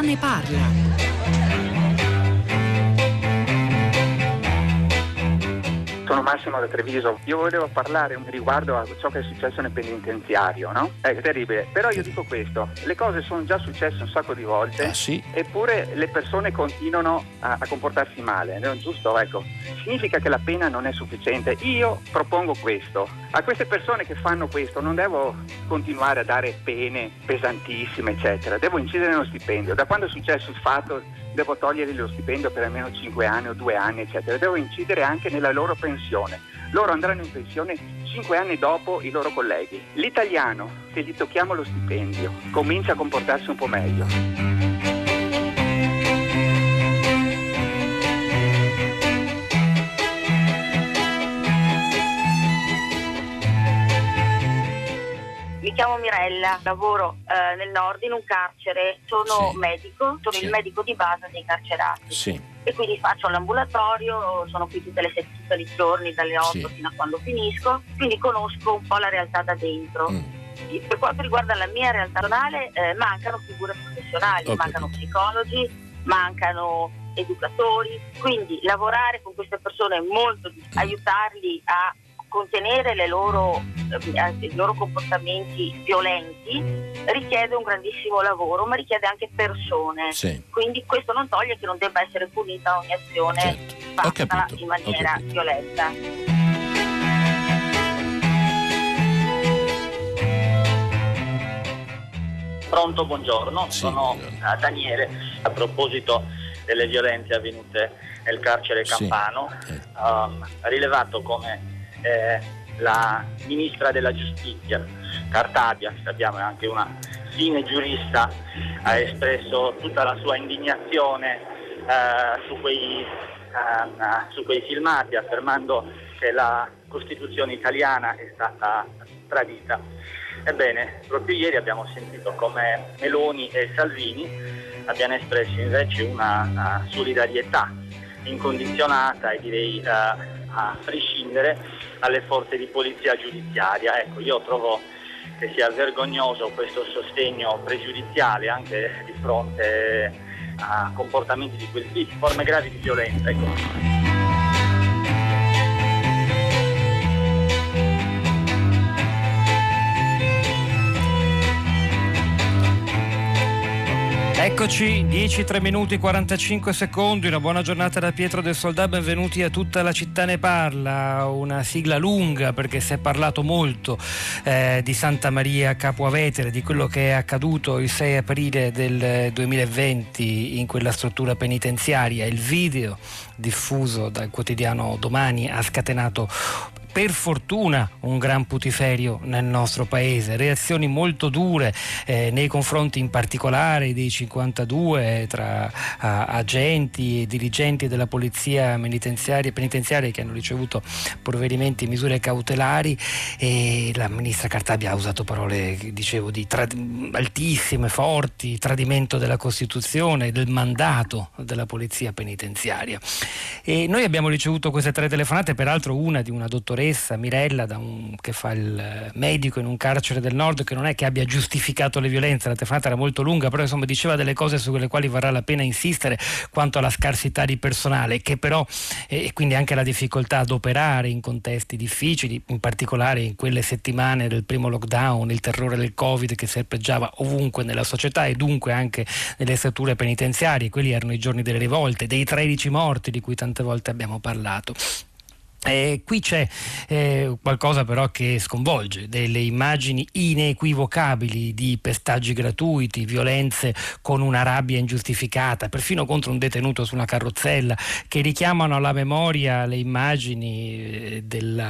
ne parla. Sono Massimo da Treviso. Io volevo parlare riguardo a ciò che è successo nel penitenziario, no? È terribile. Però io dico questo: le cose sono già successe un sacco di volte, sì. Eppure le persone continuano a comportarsi male, non è giusto? Ecco, significa che la pena non è sufficiente. Io propongo questo: a queste persone che fanno questo non devo continuare a dare pene pesantissime, eccetera. Devo incidere nello stipendio. Da quando è successo il fatto, devo togliergli lo stipendio per almeno 5 anni o 2 anni, eccetera. Devo incidere anche nella loro pensione. Loro andranno in pensione 5 anni dopo i loro colleghi. L'italiano, se gli tocchiamo lo stipendio, comincia a comportarsi un po' meglio. Mi chiamo Mirella, lavoro nel nord in un carcere, sono medico, sono il medico di base dei carcerati. Sì. E quindi faccio l'ambulatorio, sono qui tutti i giorni dalle 8 fino a quando finisco, quindi conosco un po' la realtà da dentro. Per quanto riguarda la mia realtà personale, mancano figure professionali, mancano psicologi, mancano educatori, quindi lavorare con queste persone è molto difficile, aiutarli a contenere i loro comportamenti violenti richiede un grandissimo lavoro, ma richiede anche persone. Quindi questo non toglie che non debba essere punita ogni azione fatta in maniera violenta. Pronto, buongiorno, sono Daniele. A proposito delle violenze avvenute nel carcere campano, ha rilevato come la ministra della giustizia Cartabia, che sappiamo è anche una fine giurista, ha espresso tutta la sua indignazione su quei filmati, affermando che la Costituzione italiana è stata tradita. Ebbene, proprio ieri abbiamo sentito come Meloni e Salvini abbiano espresso invece una solidarietà incondizionata e direi a prescindere alle forze di polizia giudiziaria. Ecco, io trovo che sia vergognoso questo sostegno pregiudiziale anche di fronte a comportamenti di quel tipo, forme gravi di violenza. Ecco. Eccoci, 10, 3 minuti 45 secondi, una buona giornata da Pietro del Soldà, benvenuti a Tutta la città ne parla, una sigla lunga perché si è parlato molto di Santa Maria Capua Vetere, di quello che è accaduto il 6 aprile del 2020 in quella struttura penitenziaria. Il video diffuso dal quotidiano Domani ha scatenato per fortuna un gran putiferio nel nostro paese, reazioni molto dure nei confronti in particolare dei 52 tra agenti e dirigenti della polizia penitenziaria che hanno ricevuto provvedimenti e misure cautelari, e la ministra Cartabia ha usato parole, dicevo, altissime, forti, tradimento della Costituzione, del mandato della polizia penitenziaria. E noi abbiamo ricevuto queste 3 telefonate, peraltro una di una dottoressa, Mirella, che fa il medico in un carcere del nord, che non è che abbia giustificato le violenze, la telefonata era molto lunga, però insomma diceva delle cose sulle quali varrà la pena insistere quanto alla scarsità di personale, che però e quindi anche la difficoltà ad operare in contesti difficili, in particolare in quelle settimane del primo lockdown, il terrore del Covid che serpeggiava ovunque nella società e dunque anche nelle strutture penitenziarie. Quelli erano i giorni delle rivolte, dei 13 morti di cui tante volte abbiamo parlato. Qui c'è qualcosa però che sconvolge, delle immagini inequivocabili di pestaggi gratuiti, violenze con una rabbia ingiustificata, perfino contro un detenuto su una carrozzella, che richiamano alla memoria le immagini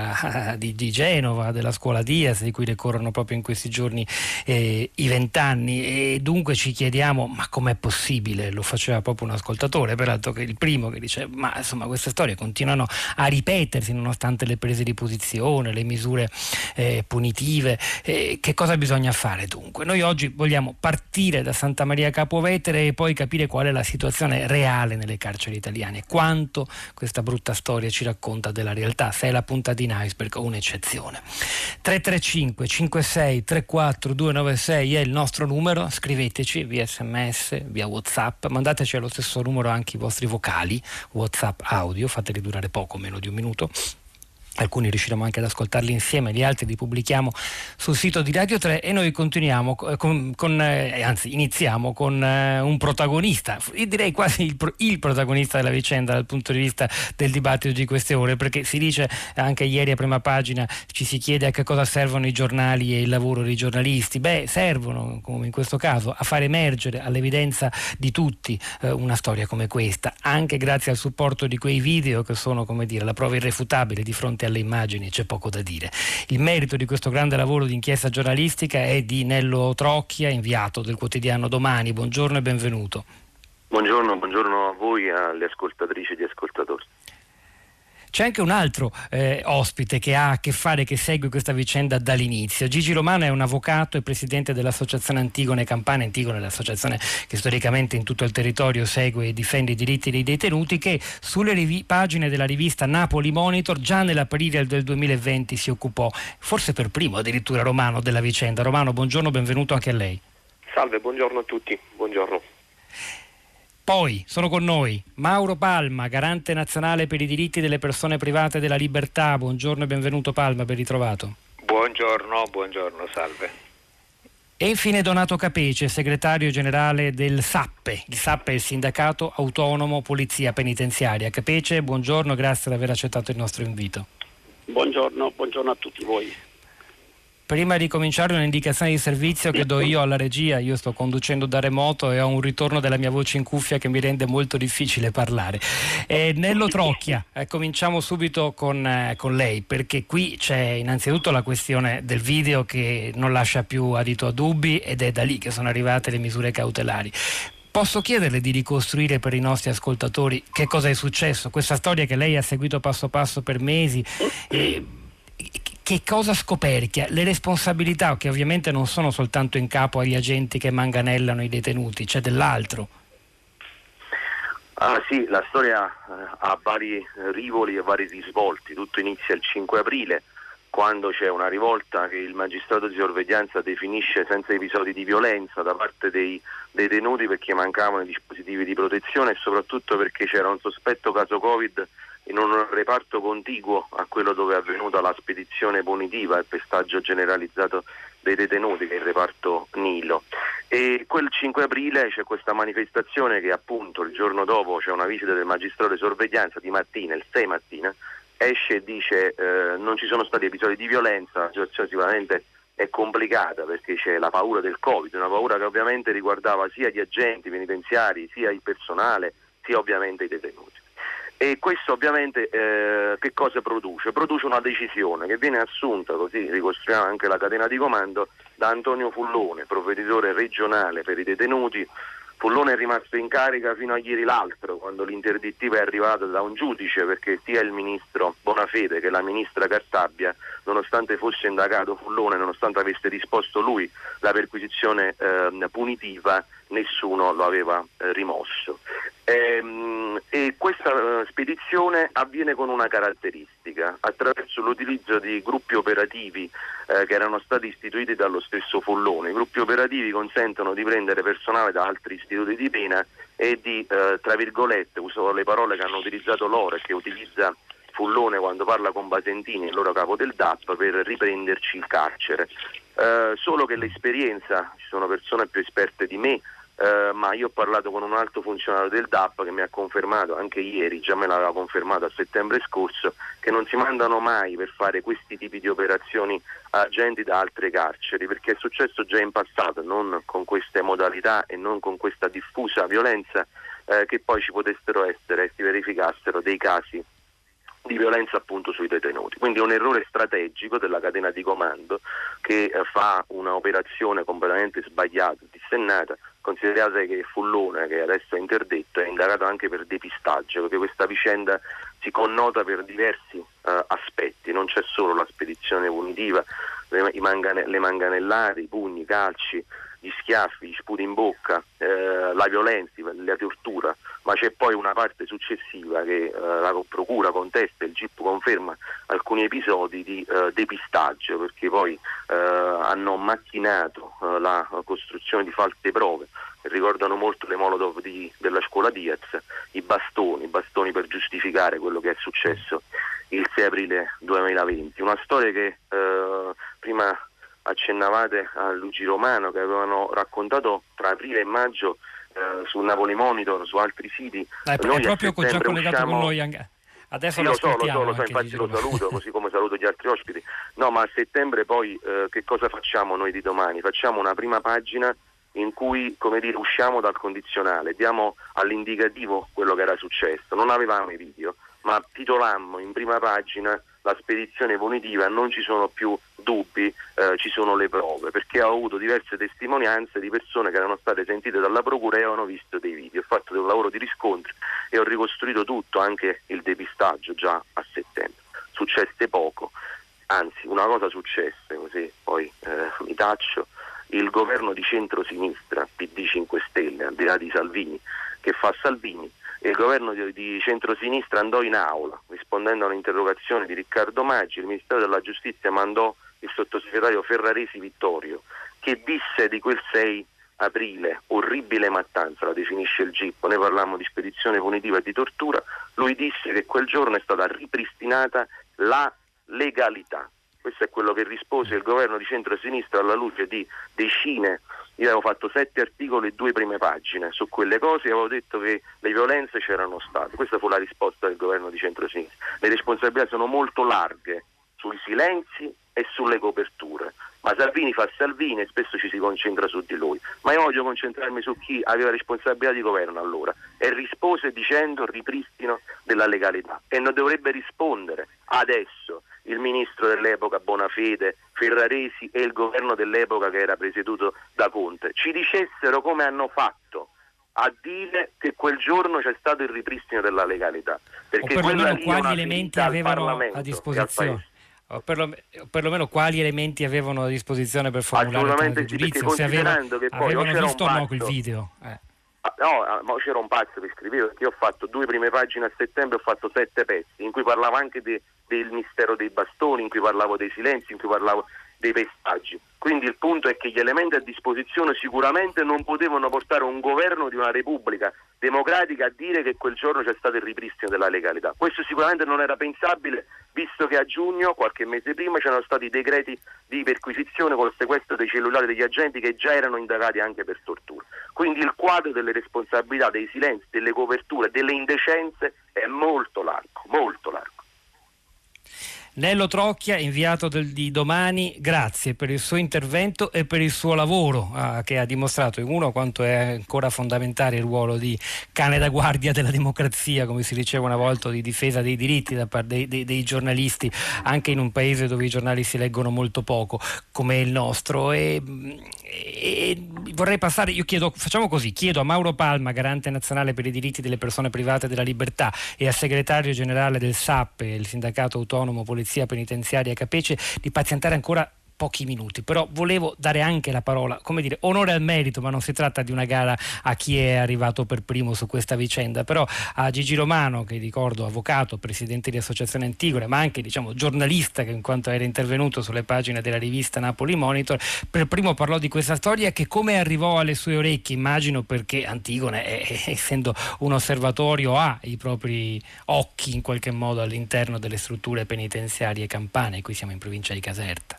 di Genova, della scuola Diaz, di cui decorrono proprio in questi giorni i 20 anni, e dunque ci chiediamo: ma com'è possibile? Lo faceva proprio un ascoltatore, peraltro, che il primo, che dice: ma insomma queste storie continuano a ripetersi mesi, nonostante le prese di posizione, le misure punitive. Che cosa bisogna fare dunque? Noi oggi vogliamo partire da Santa Maria Capua Vetere e poi capire qual è la situazione reale nelle carceri italiane, quanto questa brutta storia ci racconta della realtà, se è la punta di un iceberg o un'eccezione. 335 56 34 296 è il nostro numero, scriveteci via SMS, via WhatsApp, mandateci allo stesso numero anche i vostri vocali, WhatsApp audio, fateli durare poco, meno di un minuto. Alcuni riusciremo anche ad ascoltarli insieme, gli altri li pubblichiamo sul sito di Radio 3 e noi continuiamo iniziamo con un protagonista, direi quasi il protagonista della vicenda dal punto di vista del dibattito di queste ore, perché si dice anche ieri a prima pagina, ci si chiede a che cosa servono i giornali e il lavoro dei giornalisti. Servono, come in questo caso, a far emergere all'evidenza di tutti una storia come questa, anche grazie al supporto di quei video che sono, come dire, la prova irrefutabile di fronte alle immagini, c'è poco da dire. Il merito di questo grande lavoro di inchiesta giornalistica è di Nello Trocchia, inviato del quotidiano Domani. Buongiorno e benvenuto. Buongiorno a voi e alle ascoltatrici e agli ascoltatori. C'è anche un altro ospite che ha a che fare, che segue questa vicenda dall'inizio. Gigi Romano è un avvocato e presidente dell'associazione Antigone Campania. Antigone è l'associazione che storicamente in tutto il territorio segue e difende i diritti dei detenuti, che sulle pagine della rivista Napoli Monitor già nell'aprile del 2020 si occupò, forse per primo addirittura, Romano, della vicenda. Romano, buongiorno, benvenuto anche a lei. Salve, buongiorno a tutti, buongiorno. Poi sono con noi Mauro Palma, garante nazionale per i diritti delle persone private della libertà. Buongiorno e benvenuto Palma, ben ritrovato. Buongiorno, salve. E infine Donato Capece, segretario generale del SAPPE. Il SAPPE è il Sindacato Autonomo Polizia Penitenziaria. Capece, buongiorno, grazie di aver accettato il nostro invito. Buongiorno a tutti voi. Prima di cominciare un'indicazione di servizio che do io alla regia. Io sto conducendo da remoto e ho un ritorno della mia voce in cuffia che mi rende molto difficile parlare. Nello Trocchia, cominciamo subito con lei, perché qui c'è innanzitutto la questione del video che non lascia più adito a dubbi, ed è da lì che sono arrivate le misure cautelari. Posso chiederle di ricostruire per i nostri ascoltatori che cosa è successo? Questa storia che lei ha seguito passo passo per mesi, che cosa scoperchia? Le responsabilità, che ovviamente non sono soltanto in capo agli agenti che manganellano i detenuti, c'è dell'altro. Sì, la storia ha vari rivoli e vari risvolti. Tutto inizia il 5 aprile, quando c'è una rivolta che il magistrato di sorveglianza definisce senza episodi di violenza da parte dei detenuti, perché mancavano i dispositivi di protezione e soprattutto perché c'era un sospetto caso Covid in un reparto contiguo a quello dove è avvenuta la spedizione punitiva e il pestaggio generalizzato dei detenuti, che è il reparto Nilo. E quel 5 aprile c'è questa manifestazione che appunto il giorno dopo c'è una visita del magistrato di sorveglianza di mattina, il 6 mattina, esce e dice non ci sono stati episodi di violenza, la situazione sicuramente è complicata perché c'è la paura del Covid, una paura che ovviamente riguardava sia gli agenti penitenziari, sia il personale, sia ovviamente i detenuti. E questo ovviamente che cosa produce? Produce una decisione che viene assunta, così ricostruiamo anche la catena di comando, da Antonio Fullone, provveditore regionale per i detenuti. Fullone è rimasto in carica fino a ieri l'altro, quando l'interdittiva è arrivata da un giudice, perché sia il ministro Bonafede che la ministra Cartabia, nonostante fosse indagato Fullone, nonostante avesse disposto lui la perquisizione punitiva, nessuno lo aveva rimosso. E questa spedizione avviene con una caratteristica: attraverso l'utilizzo di gruppi operativi che erano stati istituiti dallo stesso Fullone. I gruppi operativi consentono di prendere personale da altri istituti di pena e di, tra virgolette, uso le parole che hanno utilizzato loro e che utilizza Fullone quando parla con Basentini, il loro capo del DAP, per riprenderci il carcere. Solo che l'esperienza, ci sono persone più esperte di me, ma io ho parlato con un alto funzionario del DAP che mi ha confermato anche ieri, già me l'aveva confermato a settembre scorso, che non si mandano mai per fare questi tipi di operazioni agenti da altre carceri, perché è successo già in passato, non con queste modalità e non con questa diffusa violenza, che poi ci potessero essere e si verificassero dei casi di violenza appunto sui detenuti. Quindi è un errore strategico della catena di comando che fa una operazione completamente sbagliata, dissennata, Considerate che Fullone, che adesso è interdetto, è indagato anche per depistaggio, perché questa vicenda si connota per diversi aspetti, non c'è solo la spedizione punitiva, le manganellari, i pugni, i calci, gli schiaffi, gli sputi in bocca, la violenza, la tortura, ma c'è poi una parte successiva che la procura contesta, il GIP conferma alcuni episodi di depistaggio, perché poi hanno macchinato la costruzione di false prove, che ricordano molto le Molotov della scuola Diaz, i bastoni per giustificare quello che è successo il 6 aprile 2020. Una storia che prima accennavate a Luigi Romano, che avevano raccontato tra aprile e maggio su Napoli Monitor, su altri siti. È proprio già collegato con noi anche. Adesso sì, lo so, infatti lo saluto, così come saluto gli altri ospiti. No, ma a settembre poi che cosa facciamo noi di Domani? Facciamo una prima pagina in cui, come dire, usciamo dal condizionale, diamo all'indicativo quello che era successo. Non avevamo i video, ma titolammo in prima pagina la spedizione punitiva, non ci sono più dubbi, ci sono le prove, perché ho avuto diverse testimonianze di persone che erano state sentite dalla procura e avevano visto dei video. Ho fatto un lavoro di riscontri e ho ricostruito tutto, anche il depistaggio già a settembre. Successe poco, anzi una cosa successe, così poi mi taccio. Il governo di centrosinistra, PD 5 Stelle, al di là di Salvini, che fa Salvini, e il governo di centrosinistra andò in aula rispondendo a un'interrogazione di Riccardo Maggi. Il Ministero della Giustizia mandò il sottosegretario Ferraresi Vittorio, che disse di quel 6 aprile, orribile mattanza, la definisce il GIP, noi parlammo di spedizione punitiva e di tortura, lui disse che quel giorno è stata ripristinata la legalità. Questo è quello che rispose il governo di centrosinistra alla luce di decine. Io avevo fatto 7 articoli e 2 prime pagine su quelle cose e avevo detto che le violenze c'erano state. Questa fu la risposta del governo di centrosinistra. Le responsabilità sono molto larghe sui silenzi e sulle coperture, ma Salvini fa Salvini e spesso ci si concentra su di lui. Ma io voglio concentrarmi su chi aveva responsabilità di governo allora, e rispose dicendo ripristino della legalità, e non dovrebbe rispondere adesso il ministro dell'epoca Bonafede, Ferraresi e il governo dell'epoca che era presieduto da Conte ci dicessero come hanno fatto a dire che quel giorno c'è stato il ripristino della legalità, perché o perlomeno quali elementi avevano a disposizione, o perlomeno quali elementi avevano a disposizione per formulare il giudizio, se avevano visto o no quel video. No, ma c'era un pazzo che scriveva, perché io ho fatto 2 prime pagine a settembre, ho fatto 7 pezzi in cui parlavo anche del mistero dei bastoni, in cui parlavo dei silenzi, in cui parlavo dei pestaggi. Quindi il punto è che gli elementi a disposizione sicuramente non potevano portare un governo di una repubblica democratica a dire che quel giorno c'è stato il ripristino della legalità. Questo sicuramente non era pensabile, visto che a giugno, qualche mese prima, c'erano stati decreti di perquisizione col sequestro dei cellulari degli agenti che già erano indagati anche per tortura. Quindi il quadro delle responsabilità, dei silenzi, delle coperture, delle indecenze è molto largo, molto largo. Nello Trocchia, inviato di Domani, grazie per il suo intervento e per il suo lavoro che ha dimostrato, in uno, quanto è ancora fondamentale il ruolo di cane da guardia della democrazia, come si diceva una volta, di difesa dei diritti da parte dei giornalisti, anche in un paese dove i giornali si leggono molto poco come il nostro. E vorrei passare, facciamo così, chiedo a Mauro Palma, garante nazionale per i diritti delle persone private della libertà, e al segretario generale del SAP, il sindacato autonomo Polizia Penitenziaria Capece, di pazientare ancora pochi minuti, però volevo dare anche la parola, come dire, onore al merito, ma non si tratta di una gara a chi è arrivato per primo su questa vicenda, però a Gigi Romano, che ricordo avvocato, presidente di Associazione Antigone, ma anche giornalista, che in quanto era intervenuto sulle pagine della rivista Napoli Monitor, per primo parlò di questa storia, che come arrivò alle sue orecchie, immagino perché Antigone, essendo un osservatorio, ha i propri occhi in qualche modo all'interno delle strutture penitenziarie campane. Qui siamo in provincia di Caserta.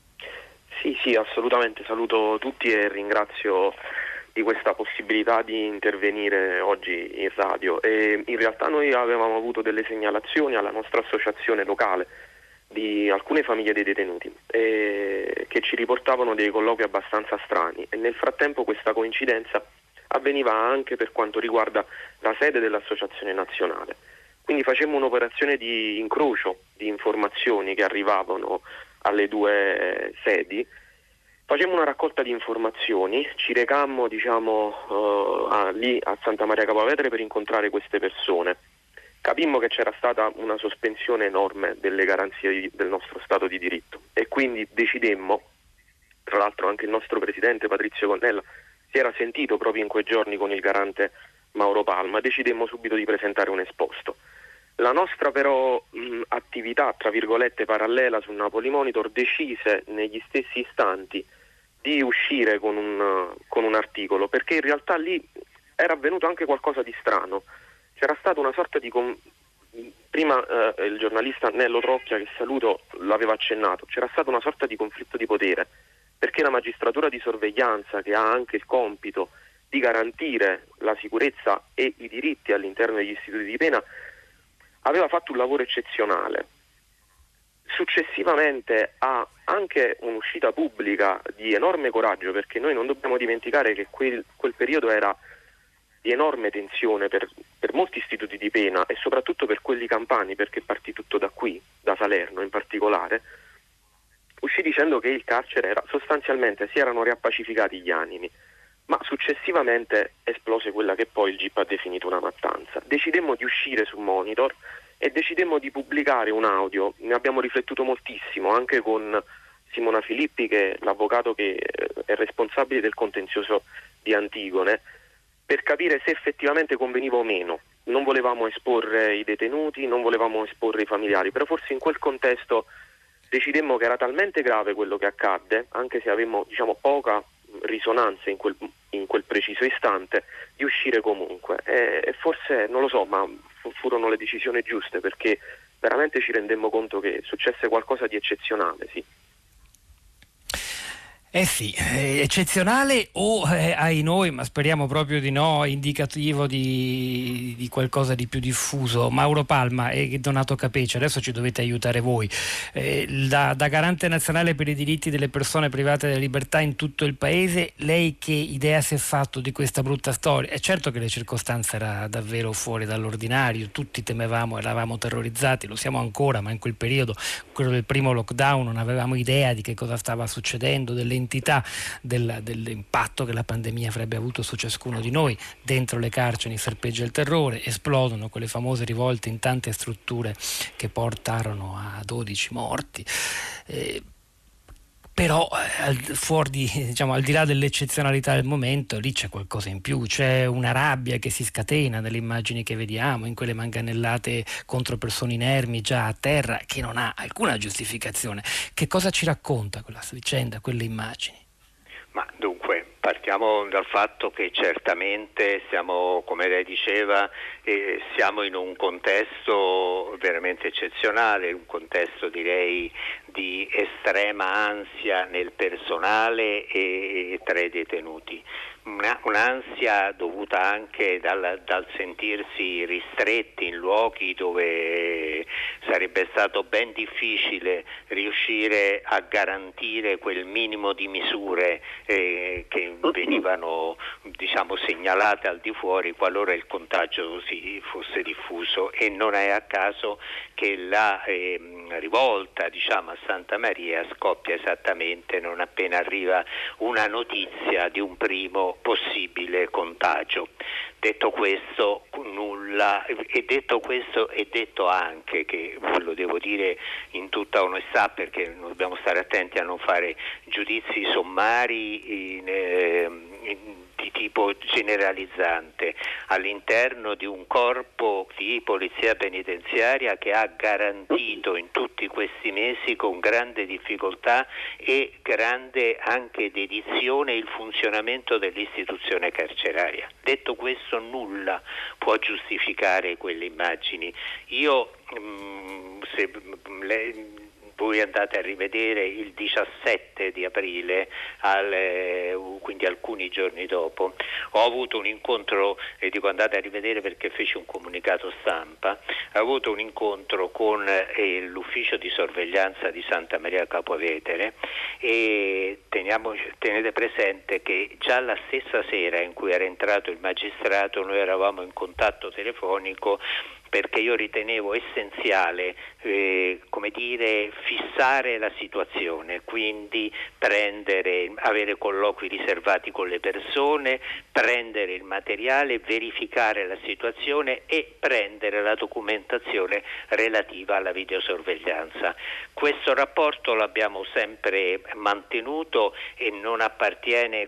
Sì, assolutamente, saluto tutti e ringrazio di questa possibilità di intervenire oggi in radio. E in realtà noi avevamo avuto delle segnalazioni alla nostra associazione locale di alcune famiglie dei detenuti che ci riportavano dei colloqui abbastanza strani, e nel frattempo questa coincidenza avveniva anche per quanto riguarda la sede dell'associazione nazionale. Quindi facemmo un'operazione di incrocio di informazioni che arrivavano alle 2 sedi, Facemmo una raccolta di informazioni, ci recammo lì a Santa Maria Capua Vetere per incontrare queste persone. Capimmo che c'era stata una sospensione enorme delle garanzie del nostro Stato di diritto e quindi decidemmo, tra l'altro anche il nostro presidente Patrizio Connella si era sentito proprio in quei giorni con il garante Mauro Palma, decidemmo subito di presentare un esposto. La nostra però attività, tra virgolette, parallela su Napoli Monitor decise negli stessi istanti di uscire con un articolo, perché in realtà lì era avvenuto anche qualcosa di strano. C'era stata una sorta di... Prima il giornalista Nello Trocchia, che saluto, l'aveva accennato, c'era stata una sorta di conflitto di potere, perché la magistratura di sorveglianza, che ha anche il compito di garantire la sicurezza e i diritti all'interno degli istituti di pena, aveva fatto un lavoro eccezionale. Successivamente ha anche un'uscita pubblica di enorme coraggio, perché noi non dobbiamo dimenticare che quel periodo era di enorme tensione per molti istituti di pena e soprattutto per quelli campani, perché partì tutto da qui, da Salerno in particolare. Uscì dicendo che il carcere era sostanzialmente, si erano riappacificati gli animi, ma successivamente esplose quella che poi il GIP ha definito una mattanza. Decidemmo di uscire su Monitor e decidemmo di pubblicare un audio. Ne abbiamo riflettuto moltissimo anche con Simona Filippi, che è l'avvocato che è responsabile del contenzioso di Antigone, per capire se effettivamente conveniva o meno. Non volevamo esporre i detenuti, non volevamo esporre i familiari, però forse in quel contesto decidemmo che era talmente grave quello che accadde, anche se avevamo poca risonanza in quel preciso istante, di uscire comunque. E forse, non lo so, ma furono le decisioni giuste, perché veramente ci rendemmo conto che successe qualcosa di eccezionale, sì. Sì, eccezionale o ai noi, ma speriamo proprio di no, indicativo di qualcosa di più diffuso. Mauro Palma e Donato Capece, adesso ci dovete aiutare voi. Da garante nazionale per i diritti delle persone private della libertà in tutto il paese, lei che idea si è fatto di questa brutta storia? È certo che le circostanze erano davvero fuori dall'ordinario, tutti temevamo, eravamo terrorizzati, lo siamo ancora, ma in quel periodo, quello del primo lockdown, non avevamo idea di che cosa stava succedendo, delle entità dell'impatto che la pandemia avrebbe avuto su ciascuno di noi. Dentro le carceri serpeggia il terrore, esplodono quelle famose rivolte in tante strutture che portarono a 12 morti. Però al di là dell'eccezionalità del momento, lì c'è qualcosa in più, c'è una rabbia che si scatena nelle immagini che vediamo, in quelle manganellate contro persone inermi già a terra, che non ha alcuna giustificazione. Che cosa ci racconta quella vicenda, quelle immagini? Ma dunque, partiamo dal fatto che certamente siamo, come lei diceva, siamo in un contesto veramente eccezionale, un contesto direi di estrema ansia nel personale e tra i detenuti. Un'ansia dovuta anche dal sentirsi ristretti in luoghi dove sarebbe stato ben difficile riuscire a garantire quel minimo di misure che venivano segnalate al di fuori qualora il contagio si fosse diffuso, e non è a caso che la rivolta a Santa Maria scoppia esattamente non appena arriva una notizia di un primo possibile contagio. Detto questo, nulla, e detto anche che, lo devo dire in tutta onestà, perché dobbiamo stare attenti a non fare giudizi sommari di tipo generalizzante, all'interno di un corpo di polizia penitenziaria che ha garantito in tutti questi mesi con grande difficoltà e grande anche dedizione il funzionamento dell'istituzione carceraria. Detto questo, nulla può giustificare quelle immagini. Se voi andate a rivedere il 17 di aprile, quindi alcuni giorni dopo, ho avuto un incontro, e dico andate a rivedere perché feci un comunicato stampa, ho avuto un incontro con l'ufficio di sorveglianza di Santa Maria Capua Vetere, e tenete presente che già la stessa sera in cui era entrato il magistrato noi eravamo in contatto telefonico perché io ritenevo essenziale fissare la situazione, quindi avere colloqui riservati con le persone, prendere il materiale, verificare la situazione e prendere la documentazione relativa alla videosorveglianza. Questo rapporto l'abbiamo sempre mantenuto e non appartiene,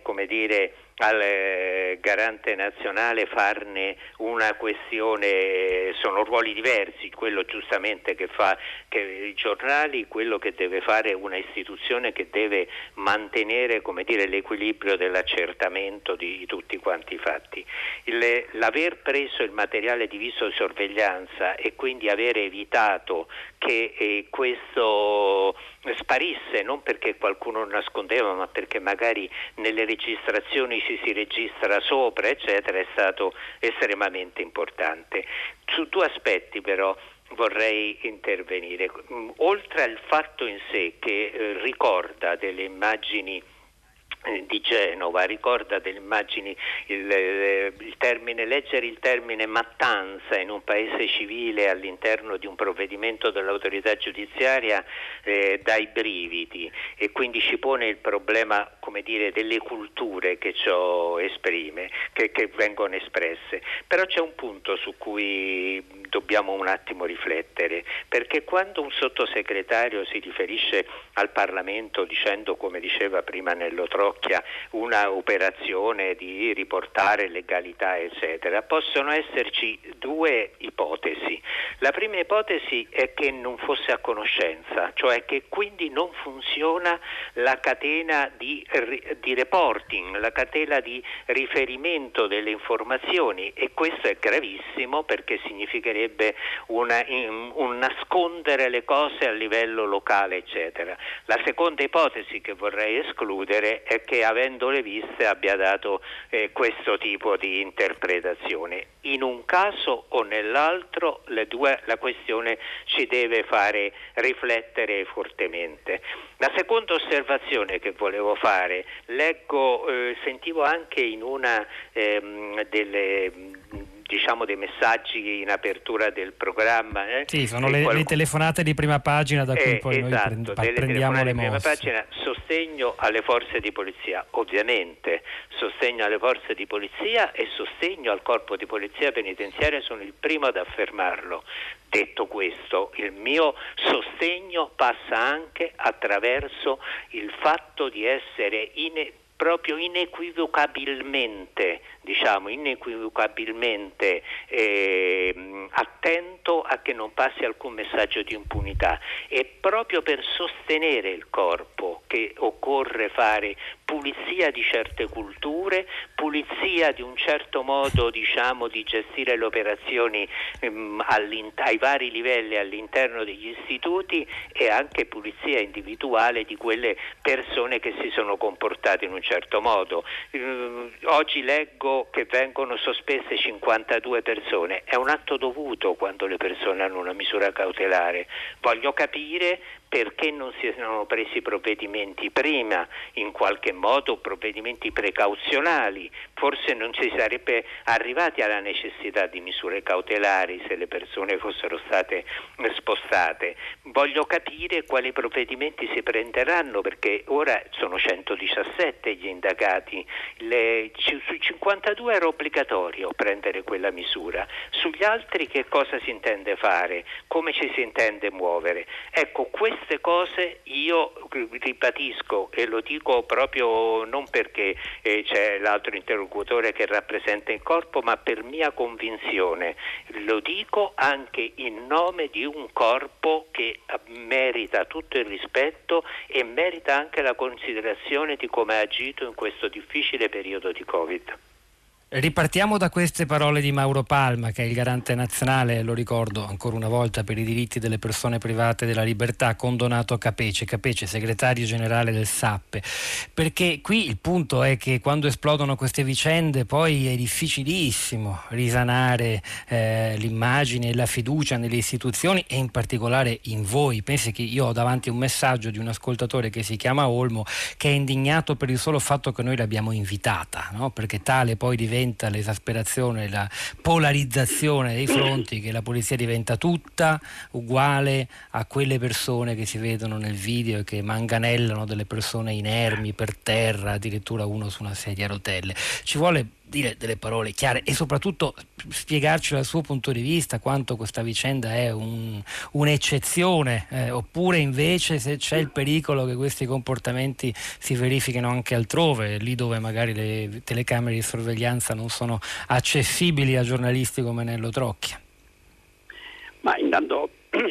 al garante nazionale farne una questione. Sono ruoli diversi, quello giustamente che i giornali, quello che deve fare una istituzione che deve mantenere l'equilibrio dell'accertamento di tutti quanti i fatti. L'aver preso il materiale di videosorveglianza e quindi aver evitato che questo sparisse, non perché qualcuno nascondeva, ma perché magari nelle registrazioni si registra sopra, eccetera, è stato estremamente importante. Su due aspetti però vorrei intervenire. Oltre al fatto in sé che ricorda delle immagini di Genova, ricorda delle immagini, leggere il termine mattanza in un paese civile all'interno di un provvedimento dell'autorità giudiziaria dai brividi, e quindi ci pone il problema delle culture che ciò esprime, che vengono espresse. Però c'è un punto su cui dobbiamo un attimo riflettere, perché quando un sottosegretario si riferisce al Parlamento dicendo, come diceva prima Nello Trocchia, una operazione di riportare legalità eccetera, possono esserci due ipotesi. La prima ipotesi è che non fosse a conoscenza, cioè che quindi non funziona la catena di reporting, la catena di riferimento delle informazioni, e questo è gravissimo perché significherebbe un nascondere le cose a livello locale eccetera. La seconda ipotesi che vorrei escludere è che, avendole viste, abbia dato questo tipo di interpretazione. In un caso o nell'altro la questione ci deve fare riflettere fortemente. La seconda osservazione che volevo fare, sentivo anche in una dei messaggi in apertura del programma. Sì, sono le telefonate di prima pagina da cui poi noi prendiamo le mosse. Prima pagina, sostegno alle forze di polizia, ovviamente sostegno alle forze di polizia e sostegno al corpo di polizia penitenziaria, sono il primo ad affermarlo. Detto questo, il mio sostegno passa anche attraverso il fatto di essere proprio inequivocabilmente attento a che non passi alcun messaggio di impunità, e proprio per sostenere il corpo che occorre fare pulizia di certe culture, pulizia di un certo modo di gestire le operazioni ai vari livelli all'interno degli istituti, e anche pulizia individuale di quelle persone che si sono comportate in un certo modo. Oggi leggo che vengono sospese 52 persone, è un atto dovuto quando le persone hanno una misura cautelare. Voglio capire perché non si sono presi provvedimenti prima, in qualche modo provvedimenti precauzionali. Forse non si sarebbe arrivati alla necessità di misure cautelari se le persone fossero state spostate. Voglio capire quali provvedimenti si prenderanno, perché ora sono 117 gli indagati, sui 52 era obbligatorio prendere quella misura, sugli altri che cosa si intende fare, come ci si intende muovere. Ecco, queste cose io ribadisco, e lo dico proprio non perché c'è l'altro interlocutore che rappresenta il corpo, ma per mia convinzione. Lo dico anche in nome di un corpo che merita tutto il rispetto e merita anche la considerazione di come ha agito in questo difficile periodo di Covid. Ripartiamo da queste parole di Mauro Palma, che è il garante nazionale, lo ricordo ancora una volta, per i diritti delle persone private della libertà, condonato Capece, segretario generale del SAPPE, perché qui il punto è che quando esplodono queste vicende poi è difficilissimo risanare l'immagine e la fiducia nelle istituzioni, e in particolare in voi. Pensi che io ho davanti un messaggio di un ascoltatore che si chiama Olmo, che è indignato per il solo fatto che noi l'abbiamo invitata, no? Perché tale poi diventa diventa l'esasperazione, la polarizzazione dei fronti, che la polizia diventa tutta uguale a quelle persone che si vedono nel video e che manganellano delle persone inermi per terra, addirittura uno su una sedia a rotelle. Ci vuole dire delle parole chiare e soprattutto spiegarci dal suo punto di vista quanto questa vicenda è un'eccezione, oppure invece se c'è il pericolo che questi comportamenti si verifichino anche altrove, lì dove magari le telecamere di sorveglianza non sono accessibili a giornalisti come Nello Trocchia. Ma intanto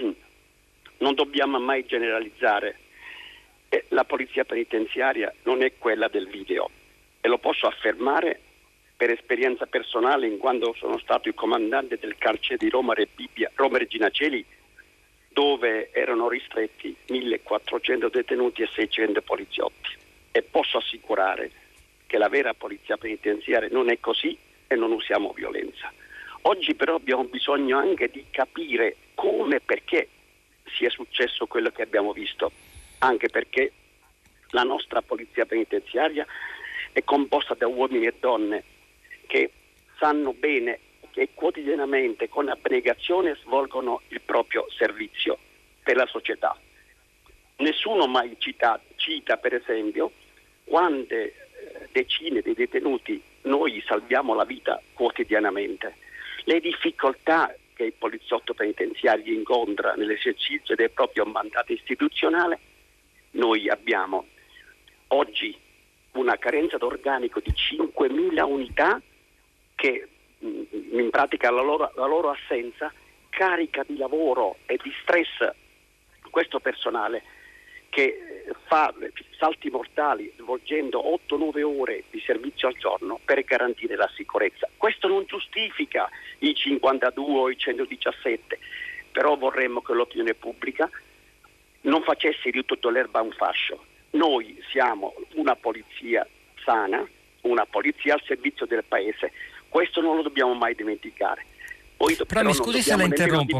non dobbiamo mai generalizzare. La polizia penitenziaria non è quella del video, e lo posso affermare per esperienza personale, in quanto sono stato il comandante del carcere di Roma Regina Coeli, dove erano ristretti 1400 detenuti e 600 poliziotti, e posso assicurare che la vera polizia penitenziaria non è così e non usiamo violenza. Oggi però abbiamo bisogno anche di capire come e perché sia successo quello che abbiamo visto, anche perché la nostra polizia penitenziaria è composta da uomini e donne che sanno bene che quotidianamente con abnegazione svolgono il proprio servizio per la società. Nessuno mai cita per esempio quante decine di detenuti noi salviamo la vita quotidianamente, le difficoltà che il poliziotto penitenziario incontra nell'esercizio del proprio mandato istituzionale. Noi abbiamo oggi una carenza d'organico di 5.000 unità che in pratica la loro assenza carica di lavoro e di stress questo personale che fa salti mortali svolgendo 8-9 ore di servizio al giorno per garantire la sicurezza. Questo non giustifica i 52 o i 117, però vorremmo che l'opinione pubblica non facesse di tutto l'erba un fascio. Noi siamo una polizia sana, una polizia al servizio del paese. Questo non lo dobbiamo mai dimenticare. Però mi scusi se la interrompo,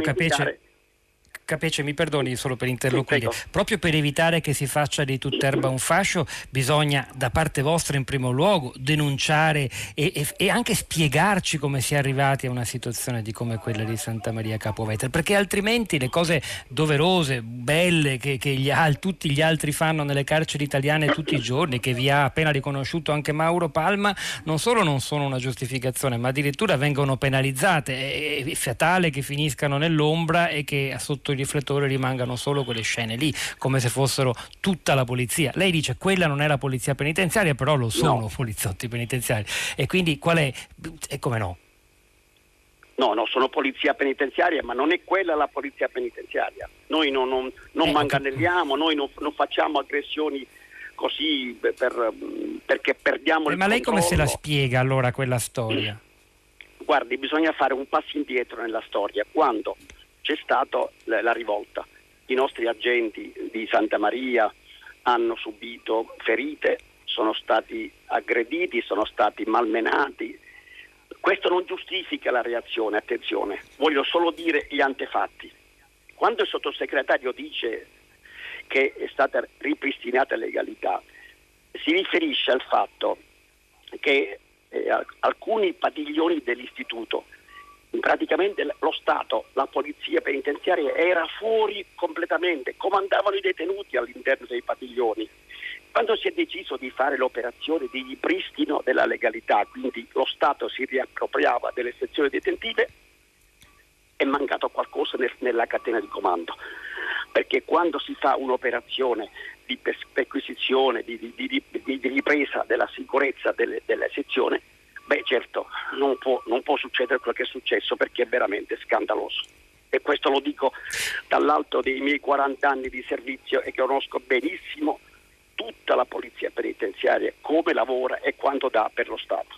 Capece, mi perdoni solo per interloquire. Sì, proprio per evitare che si faccia di tutt'erba un fascio, bisogna da parte vostra in primo luogo denunciare e anche spiegarci come si è arrivati a una situazione di come quella di Santa Maria Capua Vetere, perché altrimenti le cose doverose, belle che tutti gli altri fanno nelle carceri italiane tutti i giorni, che vi ha appena riconosciuto anche Mauro Palma, non solo non sono una giustificazione, ma addirittura vengono penalizzate. È fatale che finiscano nell'ombra e che sotto i riflettori rimangano solo quelle scene lì, come se fossero tutta la polizia. Lei dice quella non è la polizia penitenziaria, però lo sono poliziotti penitenziari, e quindi qual è e come no? No, sono polizia penitenziaria, ma non è quella la polizia penitenziaria. Noi non manganelliamo, noi non facciamo aggressioni così perché perdiamo il ma lei controllo. come se la spiega allora quella storia? Guardi, bisogna fare un passo indietro nella storia. Quando c'è stata la rivolta, i nostri agenti di Santa Maria hanno subito ferite, sono stati aggrediti, sono stati malmenati. Questo non giustifica la reazione, attenzione, voglio solo dire gli antefatti. Quando il sottosegretario dice che è stata ripristinata legalità, si riferisce al fatto che alcuni padiglioni dell'istituto, praticamente lo Stato, la polizia penitenziaria era fuori completamente, comandavano i detenuti all'interno dei padiglioni. Quando si è deciso di fare l'operazione di ripristino della legalità, quindi lo Stato si riappropriava delle sezioni detentive, è mancato qualcosa nella catena di comando, perché quando si fa un'operazione di perquisizione, di ripresa della sicurezza della sezione, certo, non può succedere quello che è successo, perché è veramente scandaloso. E questo lo dico dall'alto dei miei 40 anni di servizio, e che conosco benissimo tutta la polizia penitenziaria, come lavora e quanto dà per lo Stato.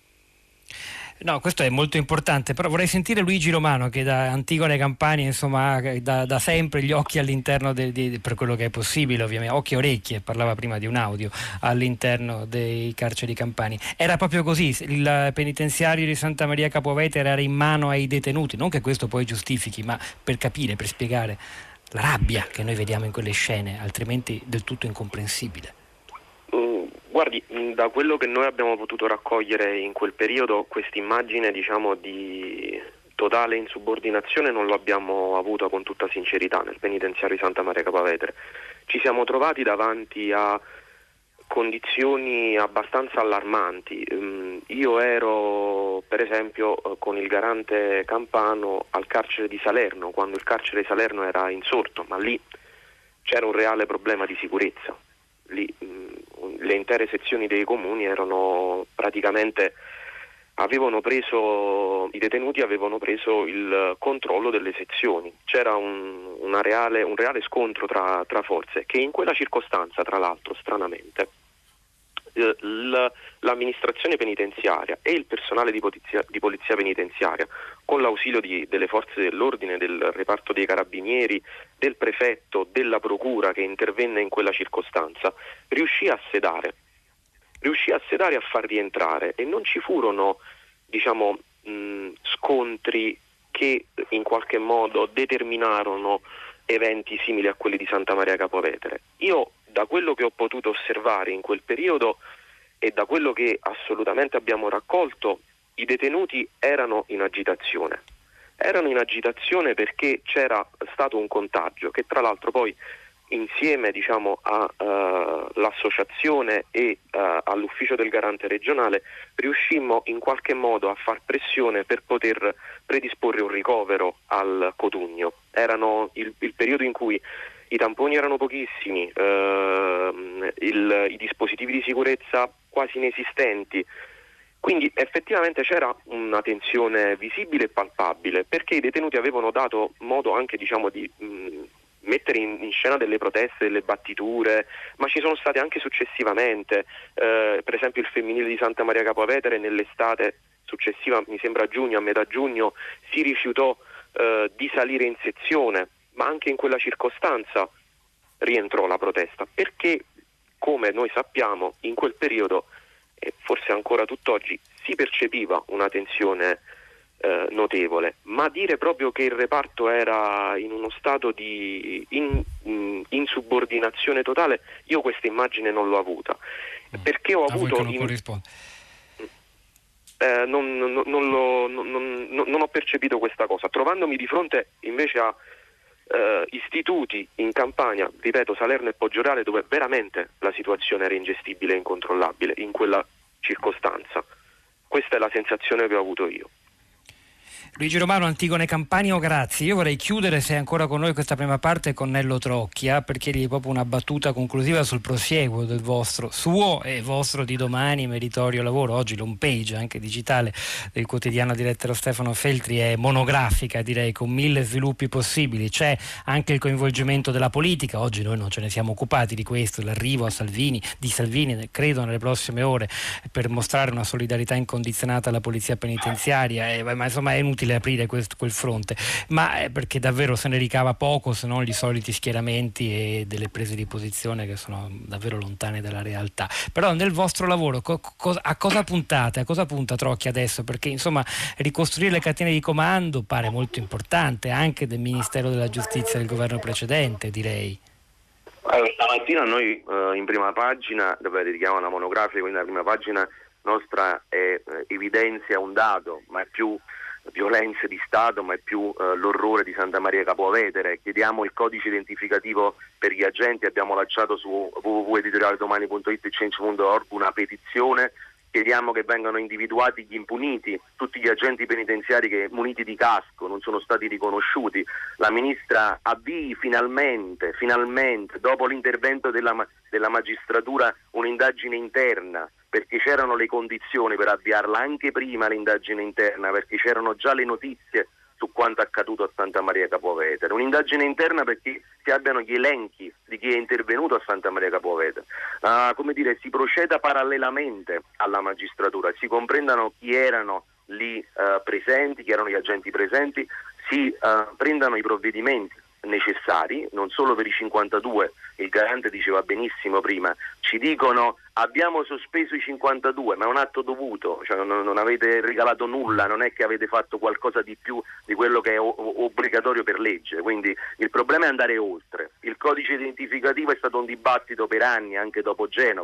No, questo è molto importante, però vorrei sentire Luigi Romano, che da Antigone Campania, insomma, da sempre gli occhi all'interno per quello che è possibile, ovviamente, occhi e orecchie, parlava prima di un audio, all'interno dei carceri campani. Era proprio così, il penitenziario di Santa Maria Capua Vetere era in mano ai detenuti, non che questo poi giustifichi, ma per capire, per spiegare la rabbia che noi vediamo in quelle scene, altrimenti del tutto incomprensibile. Guardi, da quello che noi abbiamo potuto raccogliere in quel periodo, questa immagine di totale insubordinazione non l'abbiamo avuta con tutta sincerità nel penitenziario di Santa Maria Capua Vetere. Ci siamo trovati davanti a condizioni abbastanza allarmanti. Io ero per esempio con il garante Campano al carcere di Salerno, quando il carcere di Salerno era insorto, ma lì c'era un reale problema di sicurezza. Lì le intere sezioni dei comuni erano praticamente i detenuti avevano preso il controllo delle sezioni. C'era un reale scontro tra forze, che in quella circostanza, tra l'altro, stranamente, l'amministrazione penitenziaria e il personale di polizia penitenziaria, con l'ausilio delle forze dell'ordine, del reparto dei carabinieri, del prefetto, della procura che intervenne in quella circostanza, riuscì a sedare e a far rientrare, e non ci furono scontri che in qualche modo determinarono eventi simili a quelli di Santa Maria Capua Vetere. Io, da quello che ho potuto osservare in quel periodo e da quello che assolutamente abbiamo raccolto, i detenuti erano in agitazione perché c'era stato un contagio che, tra l'altro, poi insieme all'associazione e all'ufficio del garante regionale riuscimmo in qualche modo a far pressione per poter predisporre un ricovero al Cotugno. Erano il periodo in cui i tamponi erano pochissimi, i dispositivi di sicurezza quasi inesistenti, quindi effettivamente c'era una tensione visibile e palpabile, perché i detenuti avevano dato modo anche di mettere in scena delle proteste, delle battiture, ma ci sono state anche successivamente, per esempio il femminile di Santa Maria Capua Vetere nell'estate successiva, mi sembra a metà giugno, si rifiutò di salire in sezione, ma anche in quella circostanza rientrò la protesta, perché, come noi sappiamo, in quel periodo, e forse ancora tutt'oggi, si percepiva una tensione notevole, ma dire proprio che il reparto era in uno stato di insubordinazione totale, io questa immagine non l'ho avuta, perché ho avuto non ho percepito questa cosa, trovandomi di fronte invece a istituti in Campania, ripeto, Salerno e Poggioreale, dove veramente la situazione era ingestibile e incontrollabile in quella circostanza. Questa è la sensazione che ho avuto io. Luigi Romano, Antigone Campanio, grazie. Io vorrei chiudere, se è ancora con noi, questa prima parte con Nello Trocchia, perché gli è proprio una battuta conclusiva sul prosieguo del suo e vostro di domani meritorio lavoro. Oggi l'home page, anche digitale, del quotidiano diretto da Stefano Feltri è monografica, direi, con 1000 sviluppi possibili. C'è anche il coinvolgimento della politica. Oggi noi non ce ne siamo occupati di questo, l'arrivo di Salvini, credo, nelle prossime ore, per mostrare una solidarietà incondizionata alla polizia penitenziaria, ma insomma è inutile aprire quel fronte, ma perché davvero se ne ricava poco, se non gli soliti schieramenti e delle prese di posizione che sono davvero lontane dalla realtà. Però nel vostro lavoro a cosa puntate? A cosa punta Trocchia adesso? Perché insomma ricostruire le catene di comando pare molto importante, anche del Ministero della Giustizia del governo precedente, direi. Stamattina noi in prima pagina, dove dedichiamo una monografica, quindi la prima pagina nostra evidenzia un dato, ma è più violenze di Stato, ma è più l'orrore di Santa Maria Capua Vetere. Chiediamo il codice identificativo per gli agenti, abbiamo lanciato su www.editorialedomani.it e change.org una petizione, chiediamo che vengano individuati gli impuniti, tutti gli agenti penitenziari che muniti di casco non sono stati riconosciuti. La ministra avvii finalmente, dopo l'intervento della magistratura, un'indagine interna, perché c'erano le condizioni per avviarla anche prima l'indagine interna, perché c'erano già le notizie su quanto accaduto a Santa Maria Capua Vetere. Un'indagine interna perché si abbiano gli elenchi di chi è intervenuto a Santa Maria Capua Vetere. Si proceda parallelamente alla magistratura, si comprendano chi erano lì presenti, chi erano gli agenti presenti, si prendano i provvedimenti necessari, non solo per i 52, il garante diceva benissimo prima, ci dicono abbiamo sospeso i 52, ma è un atto dovuto, cioè non avete regalato nulla, non è che avete fatto qualcosa di più di quello che è obbligatorio per legge, quindi il problema è andare oltre. Il codice identificativo è stato un dibattito per anni, anche dopo Genova,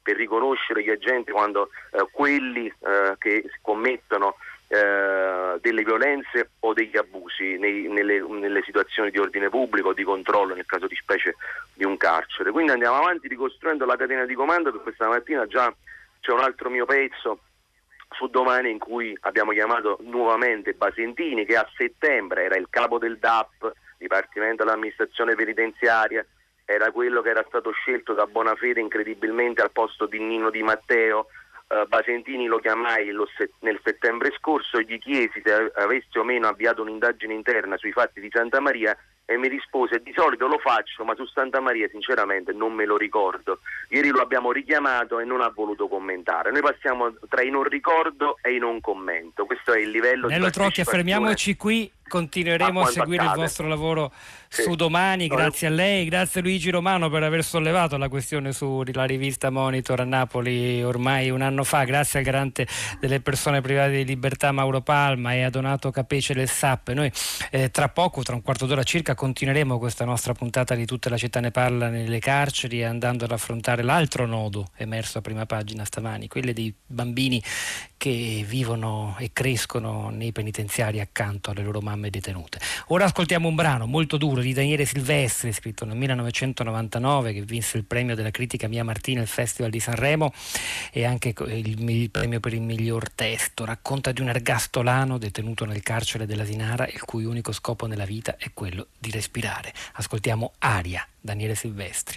per riconoscere gli agenti quando quelli che commettono delle violenze o degli abusi nelle situazioni di ordine pubblico o di controllo, nel caso di specie di un carcere. Quindi andiamo avanti ricostruendo la catena di comando, che questa mattina già c'è un altro mio pezzo su Domani in cui abbiamo chiamato nuovamente Basentini, che a settembre era il capo del DAP, Dipartimento dell'Amministrazione Penitenziaria, era quello che era stato scelto da Bonafede incredibilmente al posto di Nino Di Matteo. Basentini lo chiamai nel settembre scorso e gli chiesi se avesse o meno avviato un'indagine interna sui fatti di Santa Maria e mi rispose: di solito lo faccio, ma su Santa Maria sinceramente non me lo ricordo. Ieri lo abbiamo richiamato e non ha voluto commentare. Noi passiamo tra i non ricordo e i non commento. Questo è il livello Nello di Trocchia, fermiamoci qui, continueremo a seguire il vostro lavoro su Domani. Grazie a lei, grazie a Luigi Romano per aver sollevato la questione sulla rivista Monitor a Napoli ormai un anno fa, grazie al garante delle persone private di libertà Mauro Palma e a Donato Capece del SAP. Noi tra poco, tra un quarto d'ora circa, continueremo questa nostra puntata di Tutta la città ne parla nelle carceri, andando ad affrontare l'altro nodo emerso a prima pagina stamani, quelle dei bambini che vivono e crescono nei penitenziari accanto alle loro mamme detenute. Ora ascoltiamo un brano molto duro di Daniele Silvestri, scritto nel 1999, che vinse il premio della critica Mia Martina al Festival di Sanremo e anche il premio per il miglior testo. Racconta di un ergastolano detenuto nel carcere dell'Asinara, il cui unico scopo nella vita è quello di respirare. Ascoltiamo Aria, Daniele Silvestri.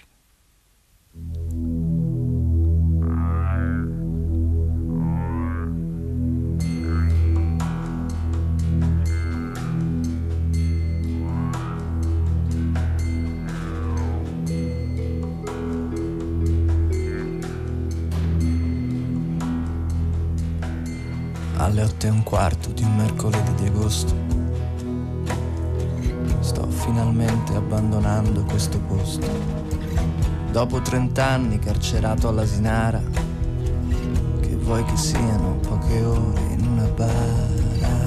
Alle 8:15 di un mercoledì di agosto sto finalmente abbandonando questo posto. Dopo 30 anni carcerato all'Asinara, che vuoi che siano poche ore in una bara.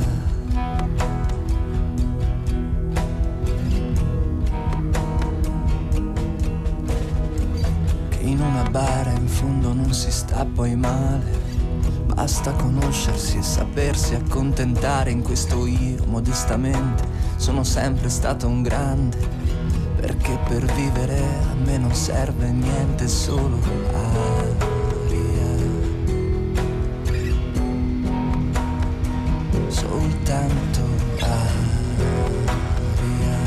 Che in una bara in fondo non si sta poi male. Basta conoscersi e sapersi accontentare. In questo io, modestamente, sono sempre stato un grande, perché per vivere a me non serve niente, solo aria. Soltanto aria.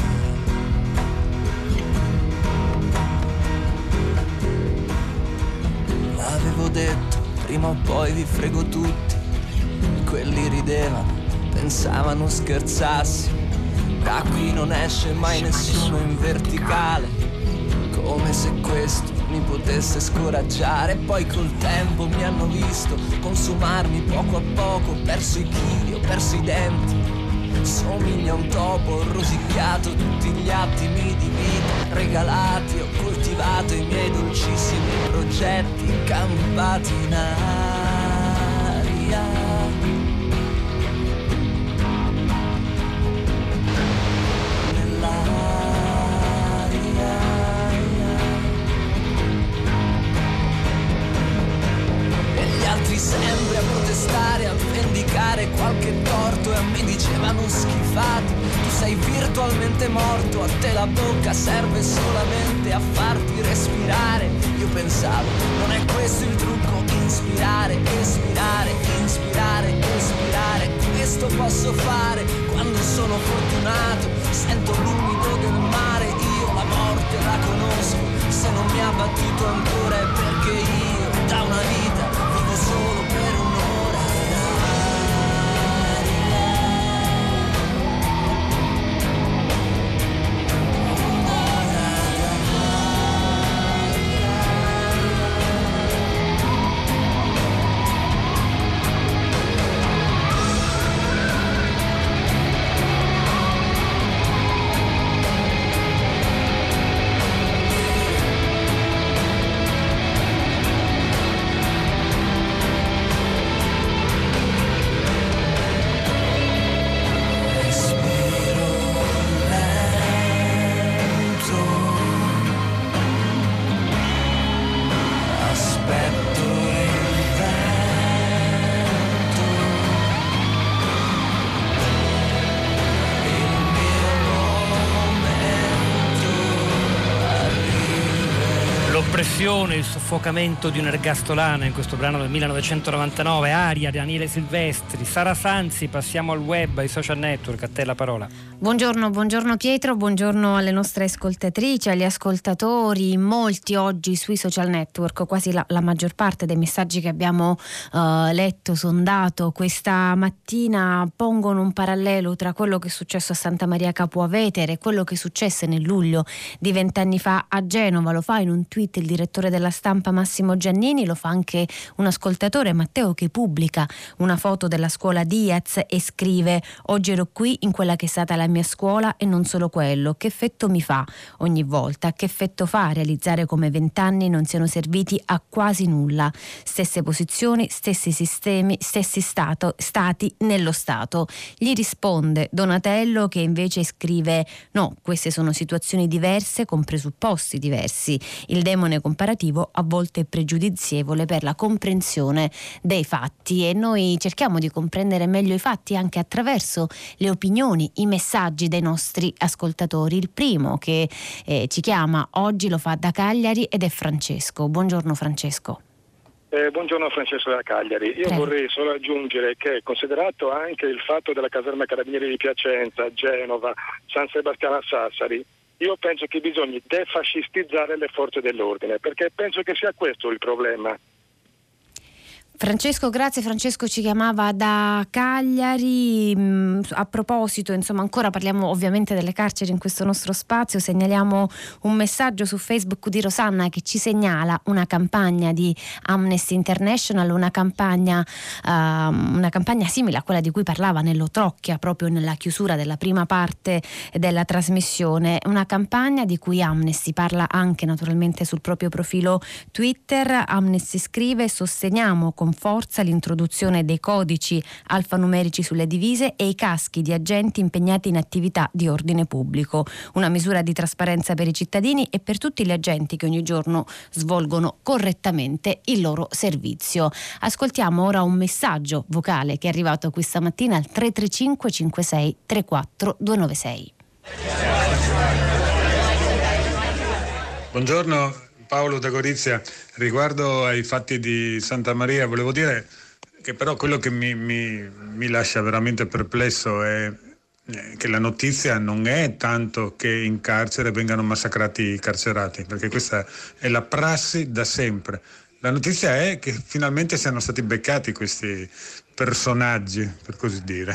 L'avevo detto, prima o poi vi frego tutti. Quelli ridevano, pensavano scherzassi. Da qui non esce mai nessuno in verticale, come se questo mi potesse scoraggiare. Poi col tempo mi hanno visto consumarmi poco a poco. Ho perso i chili, ho perso i denti. Somiglia a un topo, ho rosicchiato tutti gli attimi di vita regalati. Ho coltivato i miei dolcissimi progetti campati in aria. Nell'aria. E gli altri sempre a protestare, a vendicare qualche torto, e a me dicevano schifato, tu sei virtualmente morto, a te la bocca serve solamente a farti respirare. Io pensavo, non è questo il trucco, inspirare, espirare, inspirare, espirare. Questo posso fare quando sono fortunato, sento l'umido del mare, io la morte la conosco. Se non mi ha battuto ancora è perché io da una vita vivo solo per un'ora. l'oppressione, il soffocamento di un'ergastolana in questo brano del 1999, Aria, Daniele Silvestri. Sara Sanzi, passiamo al web, ai social network, a te la parola. Buongiorno Pietro, buongiorno alle nostre ascoltatrici, agli ascoltatori. Molti oggi sui social network, quasi la maggior parte dei messaggi che abbiamo letto, sondato questa mattina, pongono un parallelo tra quello che è successo a Santa Maria Capua Vetere e quello che successe nel luglio di 20 anni fa a Genova. Lo fa in un tweet il direttore della Stampa Massimo Giannini, lo fa anche un ascoltatore, Matteo, che pubblica una foto della scuola Diaz e scrive: oggi ero qui in quella che è stata la mia scuola e non solo quello. Che effetto mi fa ogni volta? Che effetto fa realizzare come 20 anni non siano serviti a quasi nulla? Stesse posizioni, stessi sistemi, stessi stati nello Stato. Gli risponde Donatello, che invece scrive: no, queste sono situazioni diverse con presupposti diversi. Il demone comparativo a volte è pregiudizievole per la comprensione dei fatti, e noi cerchiamo di comprendere meglio i fatti anche attraverso le opinioni, i messaggi dei nostri ascoltatori. Il primo che ci chiama oggi lo fa da Cagliari ed è Francesco. Buongiorno Francesco. Buongiorno Francesco da Cagliari. Io vorrei solo aggiungere che, considerato anche il fatto della caserma Carabinieri di Piacenza, Genova, San Sebastiano a Sassari, io penso che bisogna defascistizzare le forze dell'ordine, perché penso che sia questo il problema. Francesco, grazie. Francesco ci chiamava da Cagliari. A proposito, insomma, ancora parliamo ovviamente delle carceri in questo nostro spazio. Segnaliamo un messaggio su Facebook di Rosanna che ci segnala una campagna di Amnesty International, una campagna simile a quella di cui parlava Nello Trocchia proprio nella chiusura della prima parte della trasmissione. Una campagna di cui Amnesty parla anche naturalmente sul proprio profilo Twitter. Amnesty scrive: sosteniamo con forza l'introduzione dei codici alfanumerici sulle divise e i caschi di agenti impegnati in attività di ordine pubblico, una misura di trasparenza per i cittadini e per tutti gli agenti che ogni giorno svolgono correttamente il loro servizio. Ascoltiamo ora un messaggio vocale che è arrivato questa mattina al 335 56 34 296. Buongiorno, Paolo da Gorizia. Riguardo ai fatti di Santa Maria, volevo dire che però quello che mi lascia veramente perplesso è che la notizia non è tanto che in carcere vengano massacrati i carcerati, perché questa è la prassi da sempre. La notizia è che finalmente siano stati beccati questi personaggi, per così dire.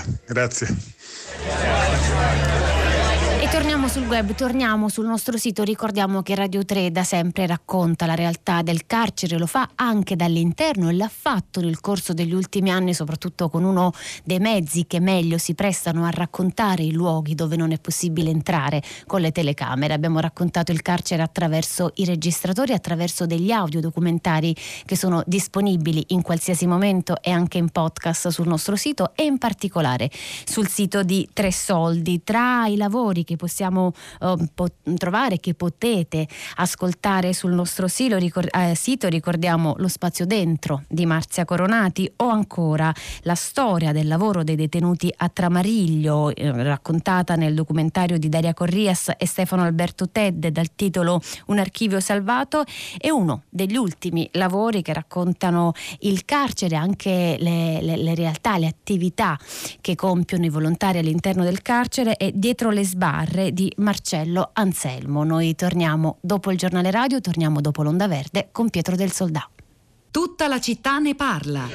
Grazie. E torniamo sul web, torniamo sul nostro sito. Ricordiamo che Radio 3 da sempre racconta la realtà del carcere, lo fa anche dall'interno e l'ha fatto nel corso degli ultimi anni, soprattutto con uno dei mezzi che meglio si prestano a raccontare i luoghi dove non è possibile entrare, con le telecamere. Abbiamo raccontato il carcere attraverso i registratori, attraverso degli audiodocumentari che sono disponibili in qualsiasi momento e anche in podcast sul nostro sito e in particolare sul sito di Tre Soldi. Tra i lavori che possiamo trovare, che potete ascoltare sul nostro sito, ricordiamo Lo spazio dentro di Marzia Coronati, o ancora la storia del lavoro dei detenuti a Tramariglio, raccontata nel documentario di Daria Corrias e Stefano Alberto Tedde dal titolo Un archivio salvato. È uno degli ultimi lavori che raccontano il carcere, anche le realtà, le attività che compiono i volontari all'interno del carcere, e Dietro le sbarre di Marcello Anselmo. Noi torniamo dopo il giornale radio, torniamo dopo l'Onda Verde con Pietro del Soldà. Tutta la città ne parla.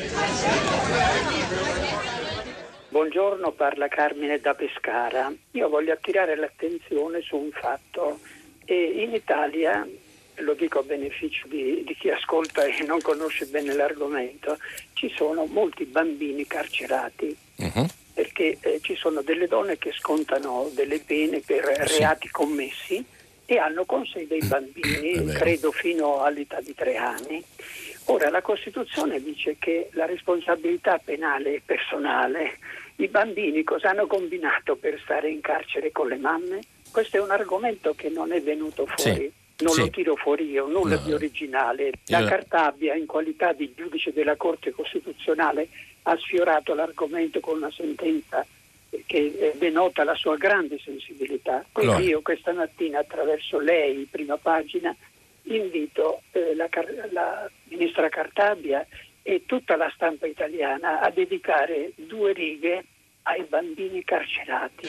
Buongiorno, parla Carmine da Pescara. Io voglio attirare l'attenzione su un fatto. In Italia, lo dico a beneficio di chi ascolta e non conosce bene l'argomento, ci sono molti bambini carcerati. Perché ci sono delle donne che scontano delle pene per reati commessi e hanno con sé dei bambini, credo fino all'età di 3 anni. Ora, la Costituzione dice che la responsabilità penale è personale. I bambini cosa hanno combinato per stare in carcere con le mamme? Questo è un argomento che non è venuto fuori. Non lo tiro fuori io, nulla di originale. La Cartabia, in qualità di giudice della Corte Costituzionale, ha sfiorato l'argomento con una sentenza che denota la sua grande sensibilità. Quindi io questa mattina, attraverso lei, prima pagina, invito la ministra Cartabia e tutta la stampa italiana a dedicare 2 righe ai bambini carcerati.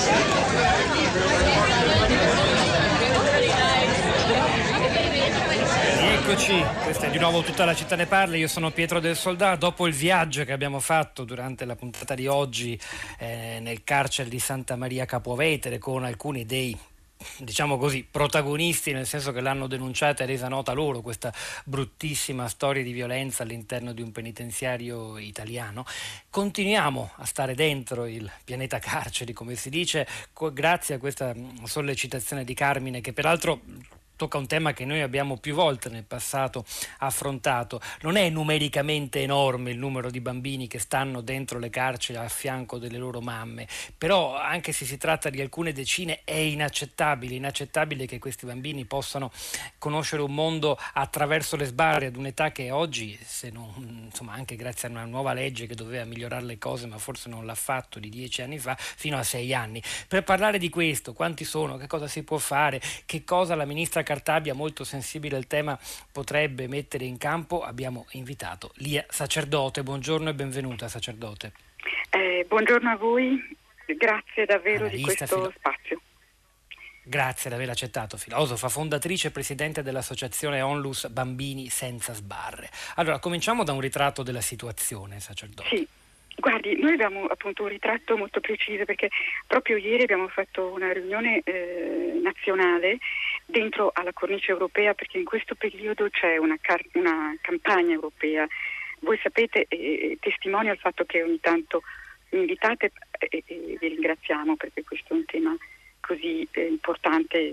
Eccoci, questa è di nuovo Tutta la città ne parla, io sono Pietro del Soldà. Dopo il viaggio che abbiamo fatto durante la puntata di oggi nel carcere di Santa Maria Capua Vetere con alcuni dei, diciamo così, protagonisti, nel senso che l'hanno denunciata e resa nota loro questa bruttissima storia di violenza all'interno di un penitenziario italiano, continuiamo a stare dentro il pianeta carceri, come si dice, grazie a questa sollecitazione di Carmine, che peraltro tocca un tema che noi abbiamo più volte nel passato affrontato. Non è numericamente enorme il numero di bambini che stanno dentro le carceri a fianco delle loro mamme, però anche se si tratta di alcune decine è inaccettabile che questi bambini possano conoscere un mondo attraverso le sbarre ad un'età che oggi, se non, insomma, anche grazie a una nuova legge che doveva migliorare le cose ma forse non l'ha fatto, di 10 anni fa, fino a 6 anni. Per parlare di questo, quanti sono, che cosa si può fare, che cosa la ministra Cartabia, molto sensibile al tema, potrebbe mettere in campo, abbiamo invitato Lia Sacerdote. Buongiorno e benvenuta, Sacerdote. Buongiorno a voi, grazie davvero di questo spazio. Grazie di aver accettato, filosofa, fondatrice e presidente dell'associazione Onlus Bambini Senza Sbarre. Allora, cominciamo da un ritratto della situazione, Sacerdote. Sì. Guardi, noi abbiamo appunto un ritratto molto preciso, perché proprio ieri abbiamo fatto una riunione nazionale dentro alla cornice europea, perché in questo periodo c'è una campagna europea. Voi sapete, testimonia il fatto che ogni tanto mi invitate e vi ringraziamo, perché questo è un tema così importante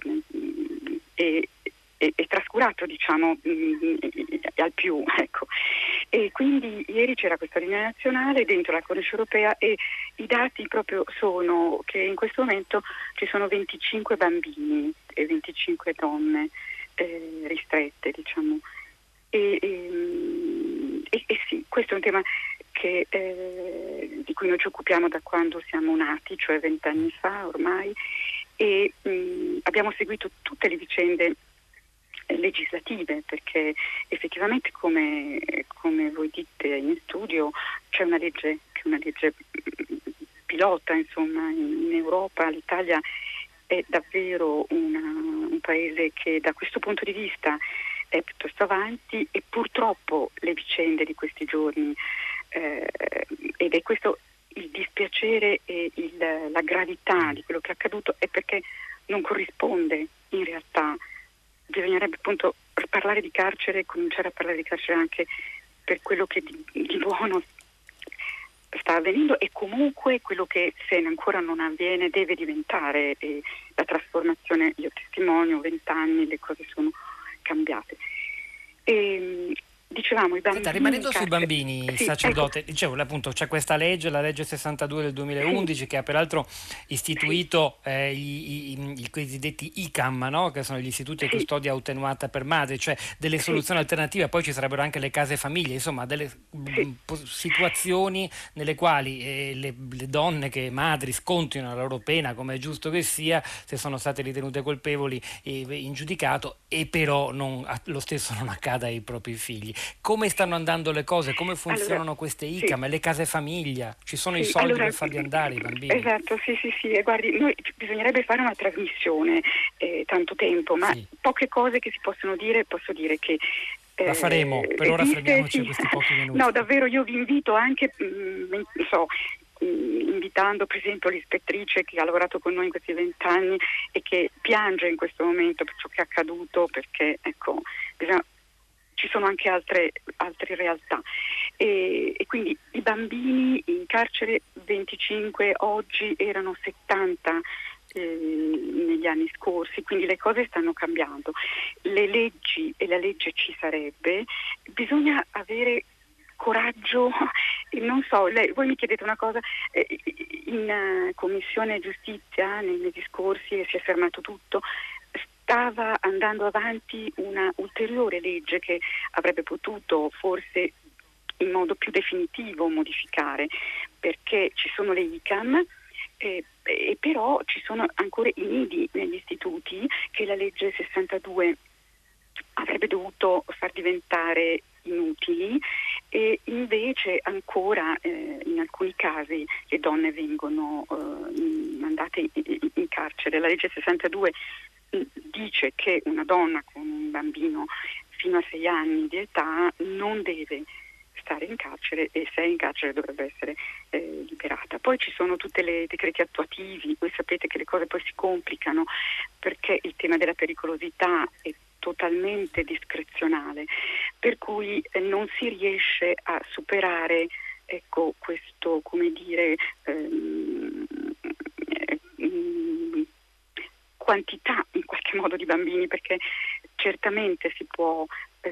e trascurato, diciamo, al più, ecco. E quindi ieri c'era questa riunione nazionale dentro la cornice europea e i dati proprio sono che in questo momento ci sono 25 bambini e 25 donne ristrette, diciamo. E sì, questo è un tema che, di cui noi ci occupiamo da quando siamo nati, cioè 20 anni fa ormai, e abbiamo seguito tutte le vicende legislative, perché effettivamente come voi dite in studio c'è una legge pilota, insomma, in Europa. L'Italia è davvero un paese che da questo punto di vista è piuttosto avanti, e purtroppo le vicende di questi giorni ed è questo il dispiacere e la gravità di quello che è accaduto, è perché non corrisponde in realtà. Bisognerebbe appunto parlare di carcere, cominciare a parlare di carcere anche per quello che di buono sta avvenendo, e comunque quello che, se ancora non avviene, deve diventare la trasformazione. Io testimonio, 20 anni, le cose sono cambiate. Dicevamo i bambini. Rimanendo sui bambini, sì, Sacerdote, ecco. dicevo appunto c'è questa legge, la legge 62 del 2011, che ha peraltro istituito i cosiddetti ICAM, no? Che sono gli istituti di custodia attenuata per madri, cioè delle soluzioni alternative. Poi ci sarebbero anche le case famiglie, insomma delle situazioni nelle quali le donne che madri scontino la loro pena, come è giusto che sia, se sono state ritenute colpevoli in giudicato, e però lo stesso non accada ai propri figli. Come stanno andando le cose? Come funzionano queste ICAM? Le case famiglia? Ci sono i soldi per farli andare i bambini? Esatto, sì. E guardi, noi bisognerebbe fare una trasmissione tanto tempo, ma poche cose che si possono dire. Posso dire che la faremo, per ora fermiamoci questi pochi minuti. No, davvero, io vi invito anche, invitando per esempio l'ispettrice che ha lavorato con noi in questi 20 anni e che piange in questo momento per ciò che è accaduto, perché ecco, ci sono anche altre realtà, e quindi i bambini in carcere 25 oggi, erano 70 negli anni scorsi, quindi le cose stanno cambiando. Le leggi, e la legge ci sarebbe, bisogna avere coraggio. Non so, voi mi chiedete una cosa, in Commissione Giustizia nei mesi scorsi si è fermato tutto. Stava andando avanti una ulteriore legge che avrebbe potuto forse in modo più definitivo modificare, perché ci sono le ICAM e però ci sono ancora i nidi negli istituti che la legge 62 legge 62 dice che una donna con un bambino fino a 6 anni di età non deve stare in carcere, e se è in carcere dovrebbe essere liberata. Poi ci sono tutti i decreti attuativi. Voi sapete che le cose poi si complicano perché il tema della pericolosità è totalmente discrezionale, per cui non si riesce a superare, ecco, questo, come dire, quantità in qualche modo di bambini, perché certamente si può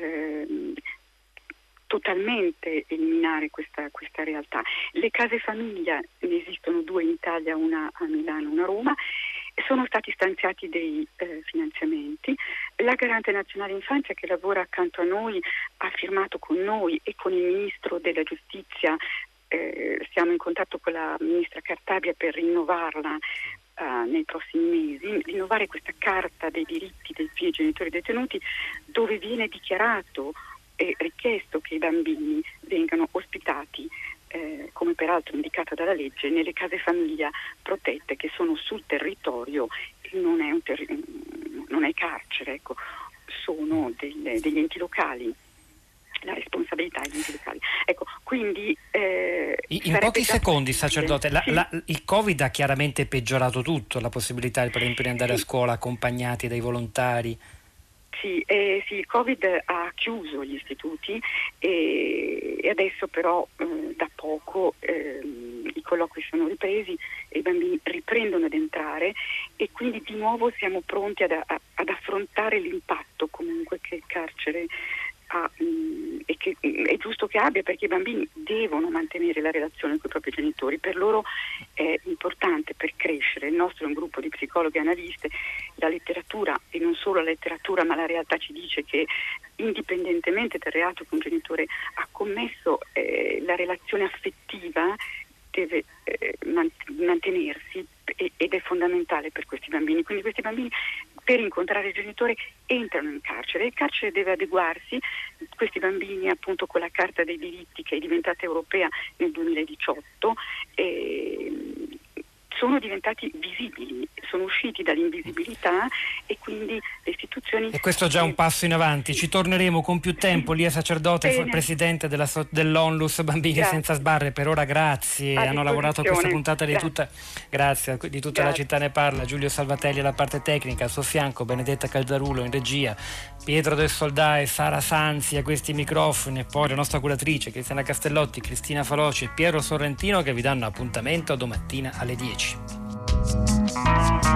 totalmente eliminare questa realtà. Le case famiglia, ne esistono 2 in Italia, una a Milano, una a Roma. Sono stati stanziati dei finanziamenti. La Garante Nazionale Infanzia, che lavora accanto a noi, ha firmato con noi e con il Ministro della Giustizia, siamo in contatto con la Ministra Cartabia per rinnovarla nei prossimi mesi, rinnovare questa Carta dei diritti dei figli e genitori detenuti, dove viene dichiarato e richiesto che i bambini vengano ospitati, come peraltro indicato dalla legge, nelle case famiglia protette che sono sul territorio, non è carcere, ecco, sono degli enti locali. La responsabilità degli enti locali. Ecco, quindi in pochi secondi, sacerdote, il Covid ha chiaramente peggiorato tutto, la possibilità per esempio di andare a scuola accompagnati dai volontari. Sì, il Covid ha chiuso gli istituti e adesso però da poco i colloqui sono ripresi e i bambini riprendono ad entrare, e quindi di nuovo siamo pronti ad affrontare l'impatto comunque che il carcere ha, e che è giusto che abbia, perché i bambini devono mantenere la relazione con i propri genitori. Per loro è importante per crescere. Il nostro è un gruppo di psicologhi e analiste. La letteratura, e non solo la letteratura ma la realtà, ci dice che indipendentemente dal reato che un genitore ha commesso, la relazione affettiva deve mantenersi ed è fondamentale per questi bambini. Quindi questi bambini, per incontrare il genitore, entrano in carcere. Il carcere deve adeguarsi. Questi bambini, appunto, con la Carta dei diritti, che è diventata europea nel 2018, sono diventati visibili, sono usciti dall'invisibilità, e quindi le istituzioni... E questo è già un passo in avanti. Ci torneremo con più tempo. Lia Sacerdote, presidente dell'Onlus Bambini Senza Sbarre. Per ora grazie. Hanno lavorato a questa puntata di tutta la città ne parla. Giulio Salvatelli alla parte tecnica, al suo fianco Benedetta Caldarulo in regia, Pietro del Soldà e Sara Sanzi a questi microfoni, e poi la nostra curatrice Cristiana Castellotti, Cristina Faloci e Piero Sorrentino, che vi danno appuntamento domattina alle 10.